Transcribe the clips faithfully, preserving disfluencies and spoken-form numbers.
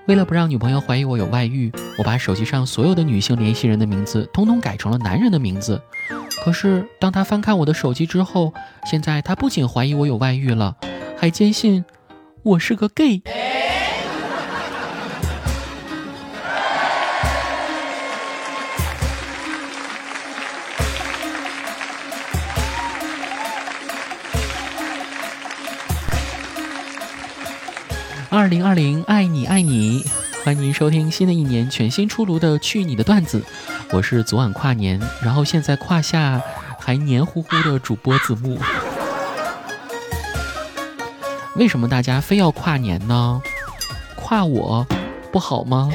为了不让女朋友怀疑我有外遇，我把手机上所有的女性联系人的名字通通改成了男人的名字。可是当她翻看我的手机之后，现在她不仅怀疑我有外遇了，还坚信我是个 gay。二零二零爱你爱你，欢迎收听新的一年全新出炉的去你的段子。我是昨晚跨年，然后现在胯下还黏糊糊的主播子木。为什么大家非要跨年呢？跨我不好吗？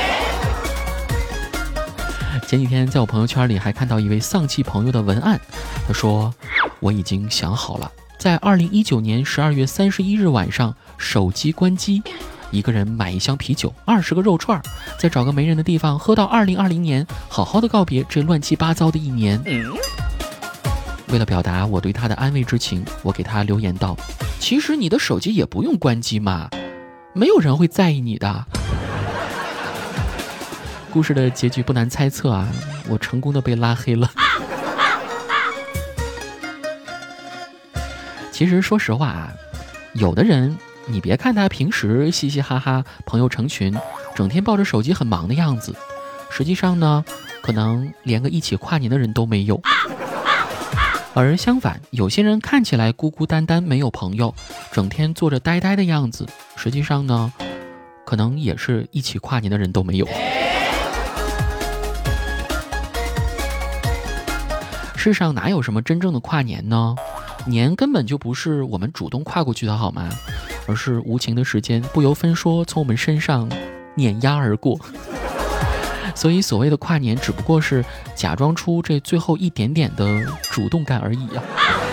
前几天在我朋友圈里还看到一位丧气朋友的文案，他说我已经想好了，在二零一九年十二月三十一日晚上手机关机，一个人买一箱啤酒，二十个肉串，再找个没人的地方喝到二零二零年，好好的告别这乱七八糟的一年。为了表达我对他的安慰之情，我给他留言道：其实你的手机也不用关机嘛，没有人会在意你的。故事的结局不难猜测啊，我成功的被拉黑了。其实说实话啊，有的人你别看他平时嘻嘻哈哈，朋友成群，整天抱着手机很忙的样子，实际上呢，可能连个一起跨年的人都没有。而相反，有些人看起来孤孤单单没有朋友，整天坐着呆呆的样子，实际上呢，可能也是一起跨年的人都没有。世上哪有什么真正的跨年呢？年根本就不是我们主动跨过去的好吗？而是无情的时间不由分说从我们身上碾压而过。所以所谓的跨年只不过是假装出这最后一点点的主动感而已啊。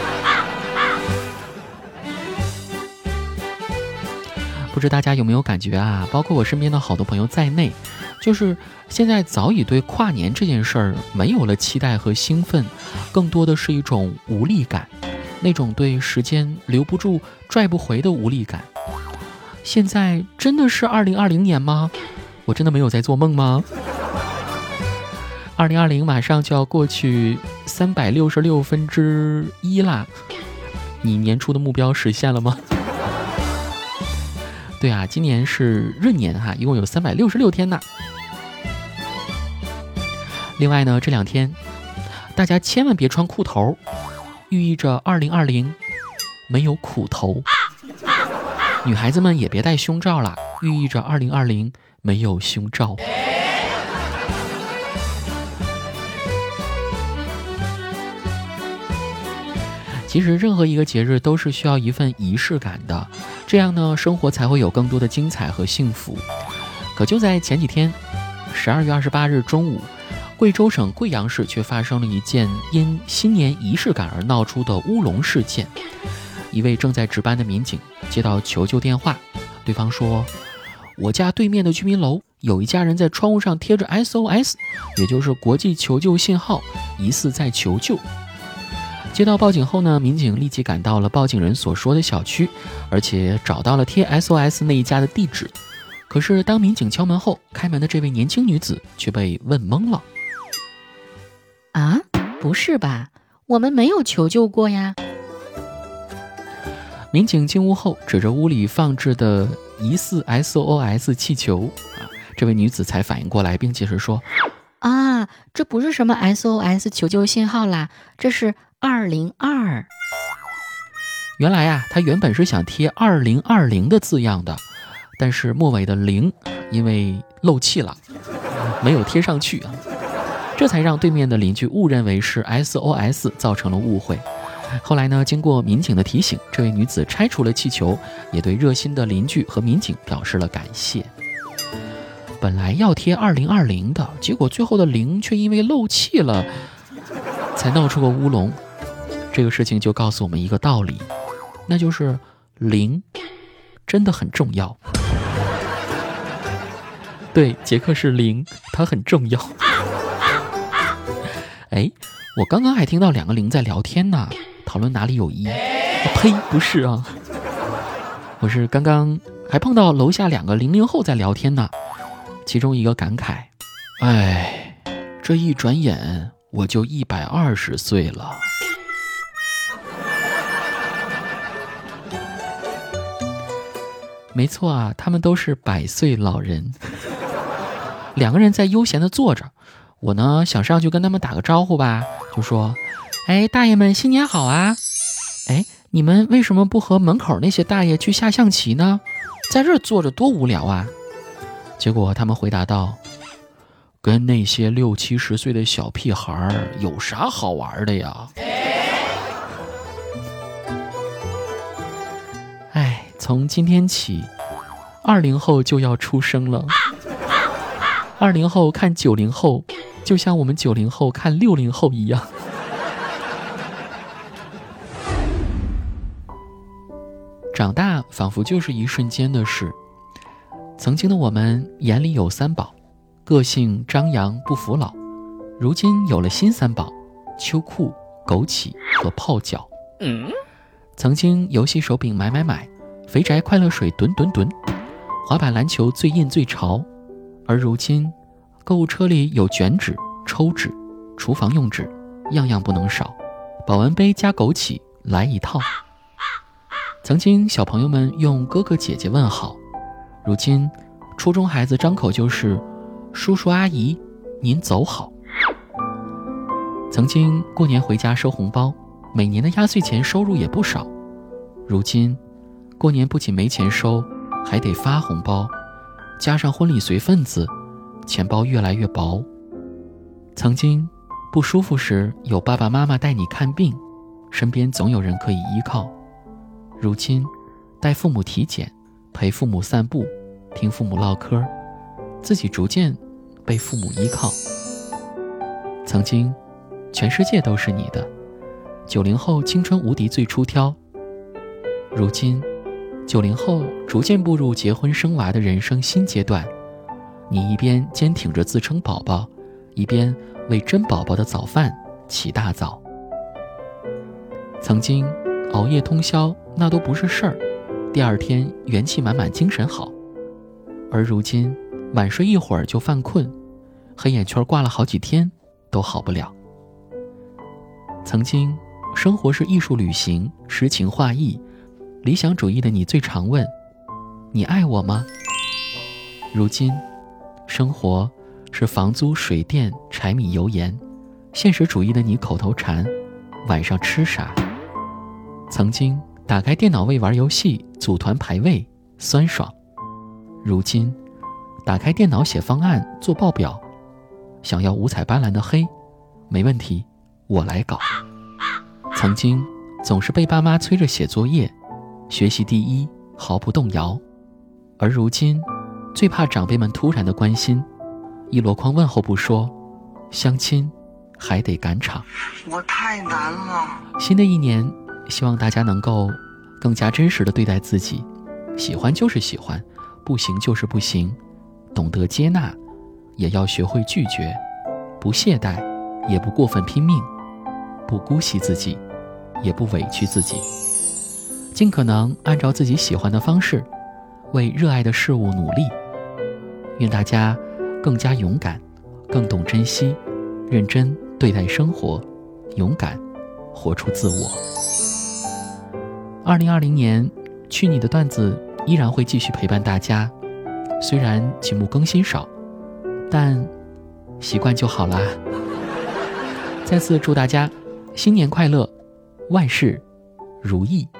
不知大家有没有感觉啊，包括我身边的好多朋友在内，就是现在早已对跨年这件事儿没有了期待和兴奋，更多的是一种无力感，那种对时间留不住拽不回的无力感。现在真的是二零二零年吗？我真的没有在做梦吗？二零二零马上就要过去三百六十六分之一啦，你年初的目标实现了吗？对啊，今年是闰年哈，一共有三百六十六天呢。另外呢，这两天大家千万别穿裤头，寓意着二零二零没有苦头。女孩子们也别戴胸罩啦，寓意着二零二零没有胸罩。其实任何一个节日都是需要一份仪式感的，这样呢，生活才会有更多的精彩和幸福。可就在前几天，十二月二十八日中午，贵州省贵阳市却发生了一件因新年仪式感而闹出的乌龙事件。一位正在值班的民警接到求救电话，对方说，我家对面的居民楼有一家人在窗户上贴着 S O S， 也就是国际求救信号，疑似在求救。接到报警后呢，民警立即赶到了报警人所说的小区，而且找到了贴 S O S 那一家的地址。可是当民警敲门后，开门的这位年轻女子却被问懵了。 啊，不是吧，我们没有求救过呀。 民警进屋后，指着屋里放置的疑似 S O S 气球，啊，这位女子才反应过来，并解释说， 啊，这不是什么 S O S 求救信号啦，这是二零二。 原来啊，她原本是想贴二零二零的字样的，但是末尾的零因为漏气了，没有贴上去啊，这才让对面的邻居误认为是 S O S， 造成了误会。后来呢，经过民警的提醒，这位女子拆除了气球，也对热心的邻居和民警表示了感谢。本来要贴二零二零的，结果最后的零却因为漏气了，才闹出个乌龙。这个事情就告诉我们一个道理，那就是零真的很重要。对，杰克是零，它很重要。哎，我刚刚还听到两个零在聊天呢，讨论哪里有一。呸，不是啊，我是刚刚还碰到楼下两个零零后在聊天呢。其中一个感慨：哎，这一转眼我就一百二十岁了。没错啊，他们都是百岁老人。两个人在悠闲地坐着，我呢想上去跟他们打个招呼吧，就说：哎，大爷们新年好啊！哎，你们为什么不和门口那些大爷去下象棋呢？在这儿坐着多无聊啊！结果他们回答道：跟那些六七十岁的小屁孩有啥好玩的呀？哎，从今天起，二零后就要出生了。二零后看九零后，就像我们九零后看六零后一样。长大仿佛就是一瞬间的事。曾经的我们眼里有三宝，个性张扬不服老，如今有了新三宝，秋裤、枸杞和泡脚。嗯，曾经游戏手柄买买买，肥宅快乐水吨吨吨，滑板篮球最硬最潮，而如今购物车里有卷纸、抽纸、厨房用纸，样样不能少，保温杯加枸杞来一套。曾经小朋友们用哥哥姐姐问好，如今初中孩子张口就是叔叔阿姨您走好。曾经过年回家收红包，每年的压岁钱收入也不少，如今过年不仅没钱收，还得发红包，加上婚礼随份子，钱包越来越薄。曾经不舒服时有爸爸妈妈带你看病，身边总有人可以依靠，如今带父母体检，陪父母散步，听父母唠嗑，自己逐渐被父母依靠。曾经全世界都是你的，九零后青春无敌最出挑，如今九零后逐渐步入结婚生娃的人生新阶段，你一边坚挺着自称宝宝，一边为真宝宝的早饭起大早。曾经熬夜通宵那都不是事儿，第二天元气满满精神好，而如今晚睡一会儿就犯困，黑眼圈挂了好几天都好不了。曾经生活是艺术旅行，诗情画意，理想主义的你最常问你爱我吗？如今生活是房租水电柴米油盐，现实主义的你口头禅晚上吃啥？曾经打开电脑为玩游戏组团排位酸爽，如今打开电脑写方案做报表，想要五彩斑斓的黑没问题，我来搞。曾经总是被爸妈催着写作业，学习第一毫不动摇，而如今最怕长辈们突然的关心，一箩筐问候不说，相亲还得赶场。 我太难了。 新的一年希望大家能够更加真实地对待自己，喜欢就是喜欢，不行就是不行，懂得接纳，也要学会拒绝，不懈怠，也不过分拼命，不姑息自己，也不委屈自己，尽可能按照自己喜欢的方式为热爱的事物努力。愿大家更加勇敢，更懂珍惜，认真对待生活，勇敢活出自我。二零二零年，去你的段子依然会继续陪伴大家，虽然节目更新少，但习惯就好啦。再次祝大家新年快乐，万事如意。